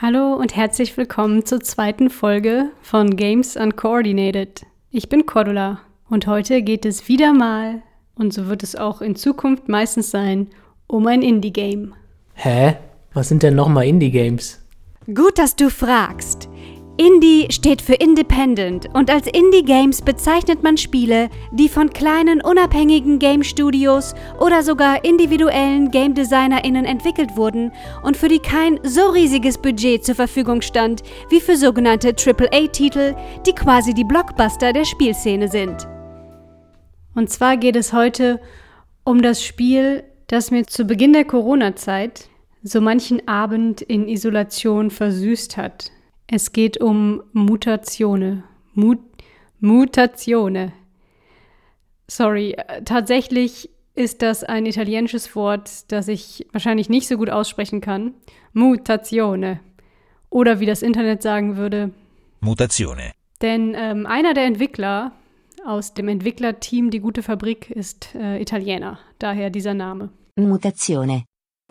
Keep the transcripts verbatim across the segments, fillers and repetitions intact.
Hallo und herzlich willkommen zur zweiten Folge von Games Uncoordinated. Ich bin Cordula und heute geht es wieder mal, und so wird es auch in Zukunft meistens sein, um ein Indie-Game. Hä? Was sind denn nochmal Indie-Games? Gut, dass du fragst. Indie steht für Independent und als Indie-Games bezeichnet man Spiele, die von kleinen, unabhängigen Game-Studios oder sogar individuellen Game-DesignerInnen entwickelt wurden und für die kein so riesiges Budget zur Verfügung stand, wie für sogenannte Triple A Titel, die quasi die Blockbuster der Spielszene sind. Und zwar geht es heute um das Spiel, das mir zu Beginn der Corona-Zeit so manchen Abend in Isolation versüßt hat. Es geht um Mutatione. Mut Mutatione. Sorry, tatsächlich ist das ein italienisches Wort, das ich wahrscheinlich nicht so gut aussprechen kann. Mutatione. Oder wie das Internet sagen würde. Mutazione. Denn ähm, einer der Entwickler aus dem Entwicklerteam Die Gute Fabrik ist äh, Italiener. Daher dieser Name. Mutazione.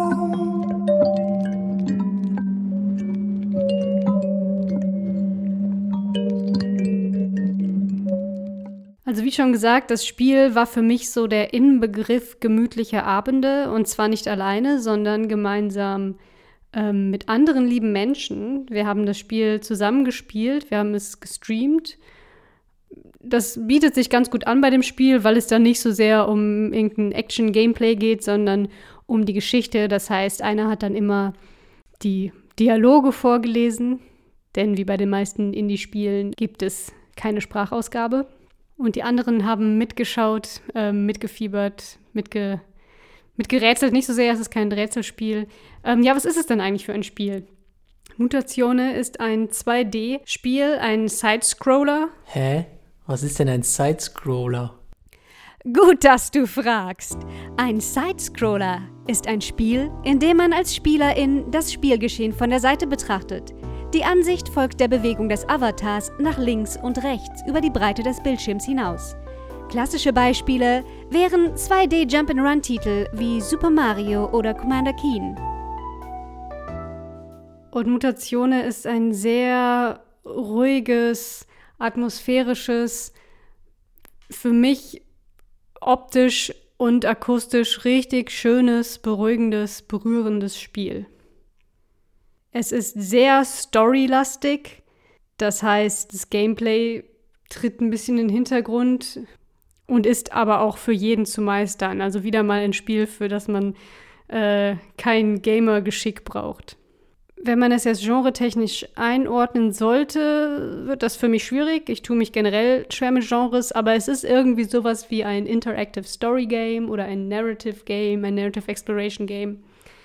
Also wie schon gesagt, das Spiel war für mich so der Inbegriff gemütlicher Abende und zwar nicht alleine, sondern gemeinsam ähm, mit anderen lieben Menschen. Wir haben das Spiel zusammen gespielt, wir haben es gestreamt. Das bietet sich ganz gut an bei dem Spiel, weil es dann nicht so sehr um irgendein Action-Gameplay geht, sondern um die Geschichte. Das heißt, einer hat dann immer die Dialoge vorgelesen, denn wie bei den meisten Indie-Spielen gibt es keine Sprachausgabe. Und die anderen haben mitgeschaut, ähm, mitgefiebert, mitge mitgerätselt. Nicht so sehr, es ist kein Rätselspiel. Ähm, ja, was ist es denn eigentlich für ein Spiel? Mutatione ist ein zwei D-Spiel, ein Side-Scroller. Hä? Was ist denn ein Side-Scroller? Gut, dass du fragst. Ein Side-Scroller ist ein Spiel, in dem man als Spielerin das Spielgeschehen von der Seite betrachtet. Die Ansicht folgt der Bewegung des Avatars nach links und rechts über die Breite des Bildschirms hinaus. Klassische Beispiele wären zwei D Jump-and-Run-Titel wie Super Mario oder Commander Keen. Und Mutatione ist ein sehr ruhiges, atmosphärisches, für mich optisch und akustisch richtig schönes, beruhigendes, berührendes Spiel. Es ist sehr storylastig, das heißt, das Gameplay tritt ein bisschen in den Hintergrund und ist aber auch für jeden zu meistern. Also wieder mal ein Spiel, für das man äh, kein Gamer-Geschick braucht. Wenn man es jetzt genretechnisch einordnen sollte, wird das für mich schwierig. Ich tue mich generell schwer mit Genres, aber es ist irgendwie sowas wie ein Interactive Story Game oder ein Narrative Game, ein Narrative Exploration Game.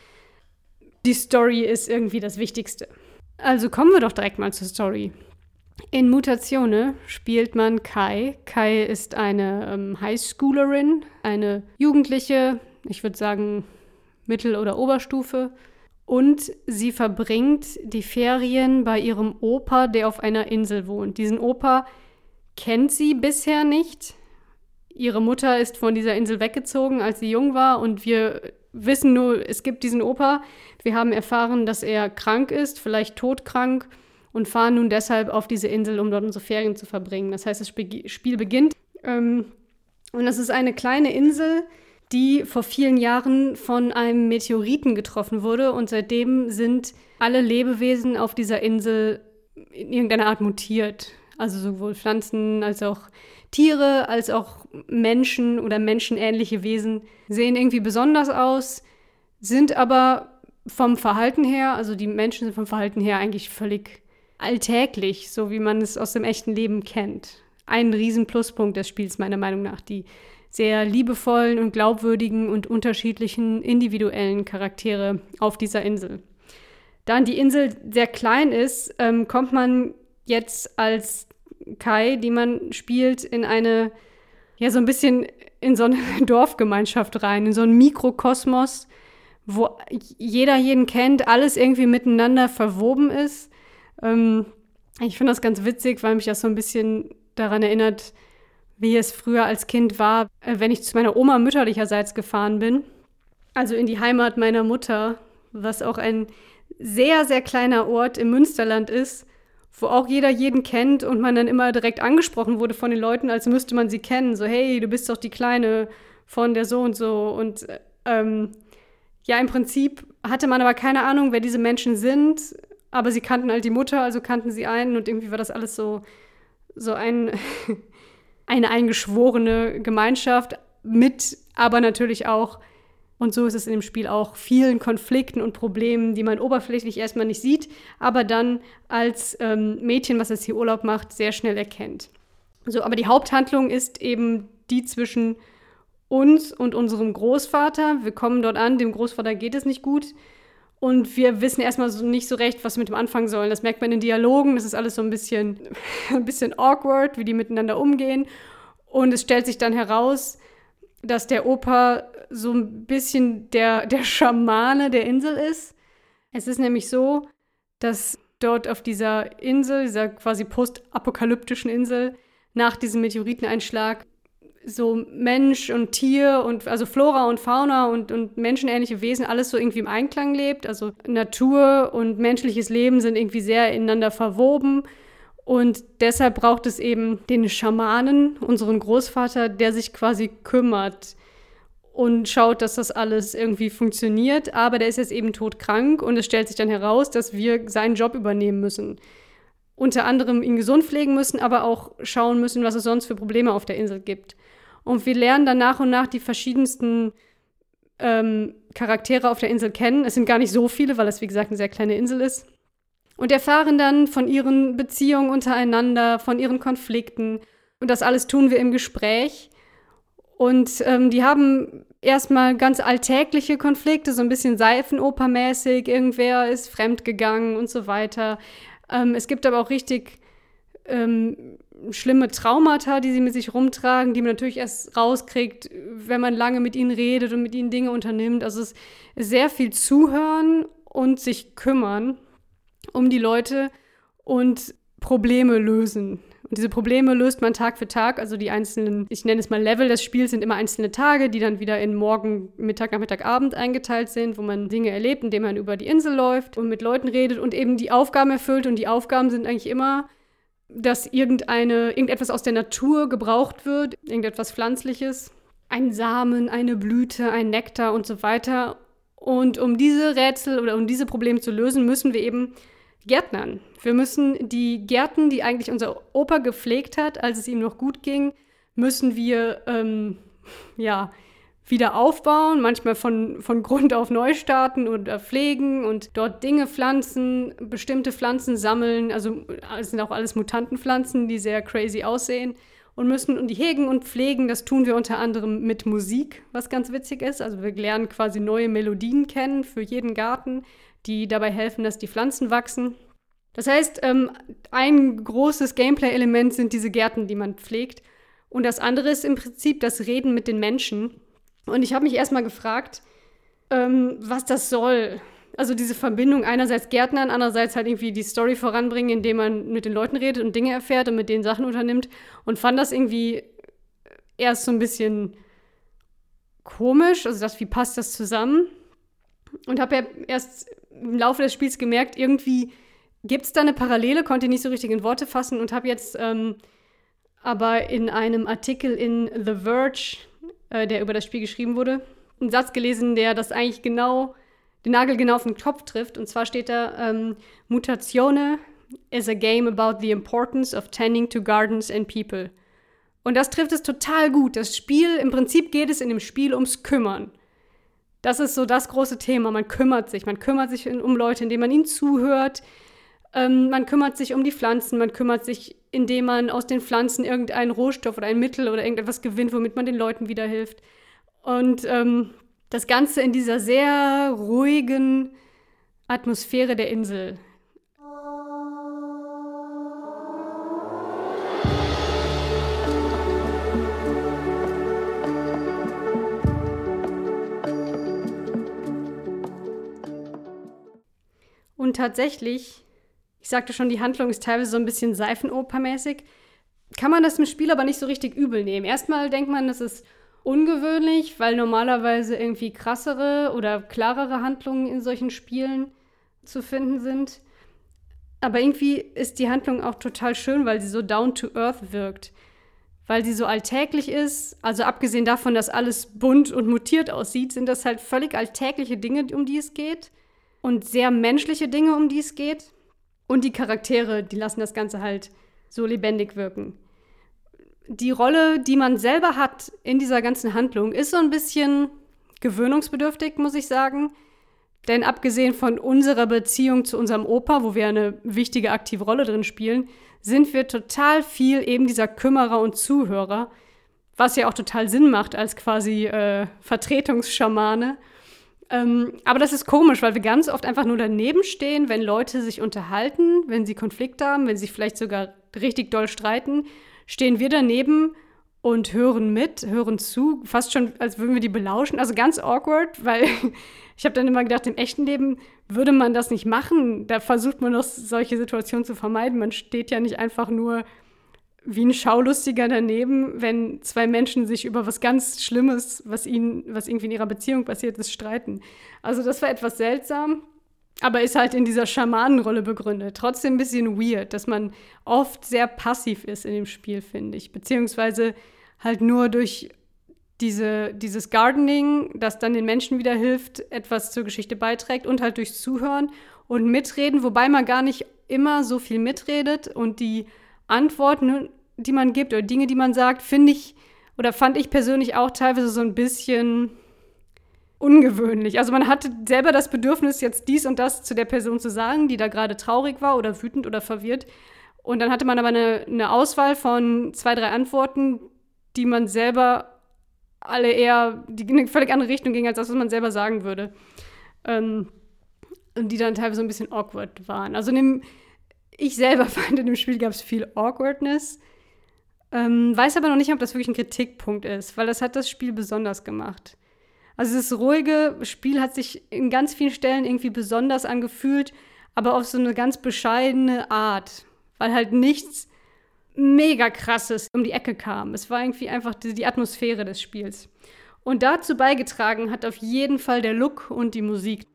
Die Story ist irgendwie das Wichtigste. Also kommen wir doch direkt mal zur Story. In Mutatione spielt man Kai. Kai ist eine ähm, Highschoolerin, eine Jugendliche, ich würde sagen Mittel- oder Oberstufe. Und sie verbringt die Ferien bei ihrem Opa, der auf einer Insel wohnt. Diesen Opa kennt sie bisher nicht. Ihre Mutter ist von dieser Insel weggezogen, als sie jung war. Und wir wissen nur, es gibt diesen Opa. Wir haben erfahren, dass er krank ist, vielleicht todkrank. Und fahren nun deshalb auf diese Insel, um dort unsere Ferien zu verbringen. Das heißt, das Spiel beginnt. Ähm, und das ist eine kleine Insel, die vor vielen Jahren von einem Meteoriten getroffen wurde. Und seitdem sind alle Lebewesen auf dieser Insel in irgendeiner Art mutiert. Also sowohl Pflanzen als auch Tiere, als auch Menschen oder menschenähnliche Wesen sehen irgendwie besonders aus, sind aber vom Verhalten her, also die Menschen sind vom Verhalten her eigentlich völlig alltäglich, so wie man es aus dem echten Leben kennt. Ein riesen Pluspunkt des Spiels meiner Meinung nach, die sehr liebevollen und glaubwürdigen und unterschiedlichen individuellen Charaktere auf dieser Insel. Da die Insel sehr klein ist, ähm, kommt man jetzt als Kai, die man spielt, in eine, ja, so ein bisschen in so eine Dorfgemeinschaft rein, in so einen Mikrokosmos, wo jeder jeden kennt, alles irgendwie miteinander verwoben ist. Ähm, ich finde das ganz witzig, weil mich das so ein bisschen daran erinnert, wie es früher als Kind war, wenn ich zu meiner Oma mütterlicherseits gefahren bin. Also in die Heimat meiner Mutter, was auch ein sehr, sehr kleiner Ort im Münsterland ist, wo auch jeder jeden kennt und man dann immer direkt angesprochen wurde von den Leuten, als müsste man sie kennen. So, hey, du bist doch die Kleine von der so und so. Und ähm, ja, im Prinzip hatte man aber keine Ahnung, wer diese Menschen sind, aber sie kannten halt die Mutter, also kannten sie einen und irgendwie war das alles so, so ein, eine eingeschworene Gemeinschaft mit, aber natürlich auch, und so ist es in dem Spiel auch, vielen Konflikten und Problemen, die man oberflächlich erstmal nicht sieht, aber dann als ähm, Mädchen, was jetzt hier Urlaub macht, sehr schnell erkennt. So, aber die Haupthandlung ist eben die zwischen uns und unserem Großvater. Wir kommen dort an, dem Großvater geht es nicht gut und wir wissen erstmal so nicht so recht, was wir mit dem anfangen sollen. Das merkt man in Dialogen, das ist alles so ein bisschen, ein bisschen awkward, wie die miteinander umgehen. Und es stellt sich dann heraus, dass der Opa so ein bisschen der, der Schamane der Insel ist. Es ist nämlich so, dass dort auf dieser Insel, dieser quasi postapokalyptischen Insel, nach diesem Meteoriteneinschlag so Mensch und Tier und also Flora und Fauna und, und menschenähnliche Wesen alles so irgendwie im Einklang lebt. Also Natur und menschliches Leben sind irgendwie sehr ineinander verwoben. Und deshalb braucht es eben den Schamanen, unseren Großvater, der sich quasi kümmert und schaut, dass das alles irgendwie funktioniert. Aber der ist jetzt eben todkrank und es stellt sich dann heraus, dass wir seinen Job übernehmen müssen. Unter anderem ihn gesund pflegen müssen, aber auch schauen müssen, was es sonst für Probleme auf der Insel gibt. Und wir lernen dann nach und nach die verschiedensten ähm, Charaktere auf der Insel kennen. Es sind gar nicht so viele, weil es, wie gesagt, eine sehr kleine Insel ist. Und erfahren dann von ihren Beziehungen untereinander, von ihren Konflikten. Und das alles tun wir im Gespräch. Und ähm, die haben erstmal ganz alltägliche Konflikte, so ein bisschen Seifenopermäßig. Irgendwer ist fremdgegangen und so weiter. Ähm, es gibt aber auch richtig ähm, schlimme Traumata, die sie mit sich rumtragen, die man natürlich erst rauskriegt, wenn man lange mit ihnen redet und mit ihnen Dinge unternimmt. Also es ist sehr viel Zuhören und sich kümmern um die Leute und Probleme lösen. Und diese Probleme löst man Tag für Tag. Also die einzelnen, ich nenne es mal Level des Spiels, sind immer einzelne Tage, die dann wieder in Morgen, Mittag, Nachmittag, Abend eingeteilt sind, wo man Dinge erlebt, indem man über die Insel läuft und mit Leuten redet und eben die Aufgaben erfüllt. Und die Aufgaben sind eigentlich immer, dass irgendeine, irgendetwas aus der Natur gebraucht wird, irgendetwas Pflanzliches, ein Samen, eine Blüte, ein Nektar und so weiter. Und um diese Rätsel oder um diese Probleme zu lösen, müssen wir eben Gärtnern. Wir müssen die Gärten, die eigentlich unser Opa gepflegt hat, als es ihm noch gut ging, müssen wir ähm, ja, wieder aufbauen, manchmal von, von Grund auf neu starten oder pflegen und dort Dinge pflanzen, bestimmte Pflanzen sammeln. Also es sind auch alles Mutantenpflanzen, die sehr crazy aussehen und müssen und die hegen und pflegen. Das tun wir unter anderem mit Musik, was ganz witzig ist. Also wir lernen quasi neue Melodien kennen für jeden Garten, die dabei helfen, dass die Pflanzen wachsen. Das heißt, ähm, ein großes Gameplay-Element sind diese Gärten, die man pflegt. Und das andere ist im Prinzip das Reden mit den Menschen. Und ich habe mich erstmal gefragt, ähm, was das soll. Also diese Verbindung einerseits Gärtnern, andererseits halt irgendwie die Story voranbringen, indem man mit den Leuten redet und Dinge erfährt und mit denen Sachen unternimmt. Und fand das irgendwie erst so ein bisschen komisch. Also das, wie passt das zusammen? Und habe ja erst im Laufe des Spiels gemerkt, irgendwie gibt es da eine Parallele, konnte nicht so richtig in Worte fassen und habe jetzt ähm, aber in einem Artikel in The Verge, äh, der über das Spiel geschrieben wurde, einen Satz gelesen, der das eigentlich genau, den Nagel genau auf den Kopf trifft. Und zwar steht da, ähm, Mutatione is a game about the importance of tending to gardens and people. Und das trifft es total gut. Das Spiel, im Prinzip geht es in dem Spiel ums Kümmern. Das ist so das große Thema. Man kümmert sich. Man kümmert sich um Leute, indem man ihnen zuhört. Ähm, man kümmert sich um die Pflanzen. Man kümmert sich, indem man aus den Pflanzen irgendeinen Rohstoff oder ein Mittel oder irgendetwas gewinnt, womit man den Leuten wieder hilft. Und ähm, das Ganze in dieser sehr ruhigen Atmosphäre der Insel. Und tatsächlich, ich sagte schon, die Handlung ist teilweise so ein bisschen Seifenopermäßig, kann man das im Spiel aber nicht so richtig übel nehmen. Erstmal denkt man, das ist ungewöhnlich, weil normalerweise irgendwie krassere oder klarere Handlungen in solchen Spielen zu finden sind. Aber irgendwie ist die Handlung auch total schön, weil sie so down to earth wirkt. Weil sie so alltäglich ist. Also abgesehen davon, dass alles bunt und mutiert aussieht, sind das halt völlig alltägliche Dinge, um die es geht. Und sehr menschliche Dinge, um die es geht. Und die Charaktere, die lassen das Ganze halt so lebendig wirken. Die Rolle, die man selber hat in dieser ganzen Handlung, ist so ein bisschen gewöhnungsbedürftig, muss ich sagen. Denn abgesehen von unserer Beziehung zu unserem Opa, wo wir eine wichtige, aktive Rolle drin spielen, sind wir total viel eben dieser Kümmerer und Zuhörer, was ja auch total Sinn macht als quasi äh, Vertretungsschamane. Ähm, aber das ist komisch, weil wir ganz oft einfach nur daneben stehen, wenn Leute sich unterhalten, wenn sie Konflikte haben, wenn sie sich vielleicht sogar richtig doll streiten, stehen wir daneben und hören mit, hören zu, fast schon, als würden wir die belauschen. Also ganz awkward, weil ich habe dann immer gedacht, im echten Leben würde man das nicht machen. Da versucht man doch, solche Situationen zu vermeiden. Man steht ja nicht einfach nur wie ein Schaulustiger daneben, wenn zwei Menschen sich über was ganz Schlimmes, was ihnen, was irgendwie in ihrer Beziehung passiert ist, streiten. Also das war etwas seltsam, aber ist halt in dieser Schamanenrolle begründet. Trotzdem ein bisschen weird, dass man oft sehr passiv ist in dem Spiel, finde ich. Beziehungsweise halt nur durch diese, dieses Gardening, das dann den Menschen wieder hilft, etwas zur Geschichte beiträgt und halt durchs Zuhören und Mitreden, wobei man gar nicht immer so viel mitredet und die Antworten, die man gibt oder Dinge, die man sagt, finde ich oder fand ich persönlich auch teilweise so ein bisschen ungewöhnlich. Also man hatte selber das Bedürfnis, jetzt dies und das zu der Person zu sagen, die da gerade traurig war oder wütend oder verwirrt. Und dann hatte man aber eine, eine Auswahl von zwei, drei Antworten, die man selber alle eher, die in eine völlig andere Richtung gingen, als das, was man selber sagen würde. Ähm, und die dann teilweise so ein bisschen awkward waren. Also in dem, ich selber fand, in dem Spiel gab es viel Awkwardness. Ähm, weiß aber noch nicht, ob das wirklich ein Kritikpunkt ist, weil das hat das Spiel besonders gemacht. Also das ruhige Spiel hat sich in ganz vielen Stellen irgendwie besonders angefühlt, aber auf so eine ganz bescheidene Art, weil halt nichts mega Krasses um die Ecke kam. Es war irgendwie einfach die, die Atmosphäre des Spiels. Und dazu beigetragen hat auf jeden Fall der Look und die Musik.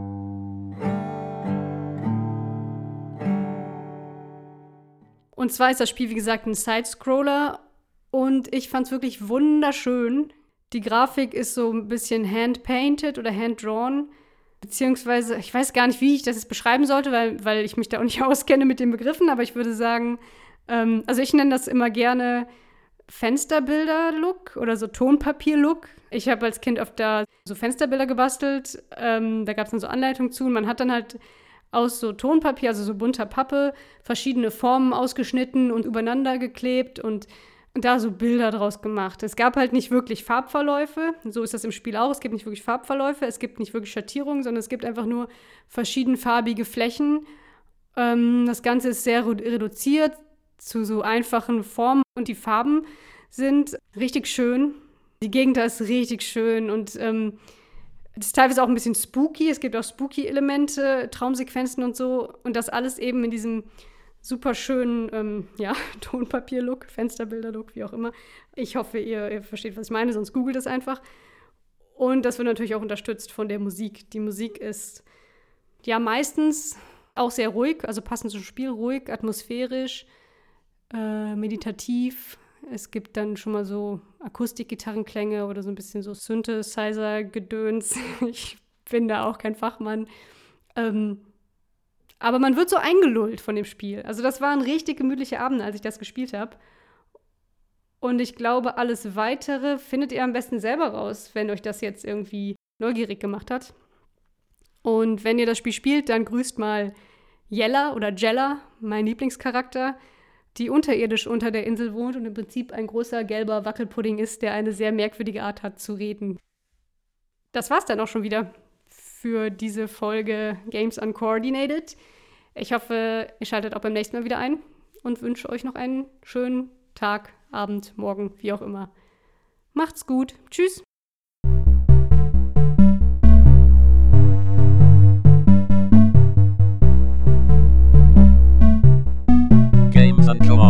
Und zwar ist das Spiel, wie gesagt, ein Side-Scroller und ich fand es wirklich wunderschön. Die Grafik ist so ein bisschen hand-painted oder hand-drawn, beziehungsweise, ich weiß gar nicht, wie ich das jetzt beschreiben sollte, weil, weil ich mich da auch nicht auskenne mit den Begriffen, aber ich würde sagen, ähm, also ich nenne das immer gerne Fensterbilder-Look oder so Tonpapier-Look. Ich habe als Kind oft da so Fensterbilder gebastelt, ähm, da gab es dann so Anleitungen zu und man hat dann halt aus so Tonpapier, also so bunter Pappe, verschiedene Formen ausgeschnitten und übereinander geklebt und da so Bilder draus gemacht. Es gab halt nicht wirklich Farbverläufe, so ist das im Spiel auch, es gibt nicht wirklich Farbverläufe, es gibt nicht wirklich Schattierungen, sondern es gibt einfach nur verschiedenfarbige Flächen. Ähm, das Ganze ist sehr reduziert zu so einfachen Formen und die Farben sind richtig schön. Die Gegend da ist richtig schön und ähm, es ist teilweise auch ein bisschen spooky. Es gibt auch spooky-Elemente, Traumsequenzen und so. Und das alles eben in diesem super schönen ähm, ja, Tonpapier-Look, Fensterbilder-Look, wie auch immer. Ich hoffe, ihr, ihr versteht, was ich meine, sonst googelt es einfach. Und das wird natürlich auch unterstützt von der Musik. Die Musik ist ja meistens auch sehr ruhig, also passend zum Spiel, ruhig, atmosphärisch, äh, meditativ. Es gibt dann schon mal so Akustikgitarrenklänge oder so ein bisschen so Synthesizer-Gedöns. Ich bin da auch kein Fachmann. Ähm, aber man wird so eingelullt von dem Spiel. Also das war ein richtig gemütlicher Abend, als ich das gespielt habe. Und ich glaube, alles Weitere findet ihr am besten selber raus, wenn euch das jetzt irgendwie neugierig gemacht hat. Und wenn ihr das Spiel spielt, dann grüßt mal Jella oder Jella, mein Lieblingscharakter, die unterirdisch unter der Insel wohnt und im Prinzip ein großer gelber Wackelpudding ist, der eine sehr merkwürdige Art hat zu reden. Das war's dann auch schon wieder für diese Folge Games Uncoordinated. Ich hoffe, ihr schaltet auch beim nächsten Mal wieder ein und wünsche euch noch einen schönen Tag, Abend, Morgen, wie auch immer. Macht's gut. Tschüss. Games Uncoordinated.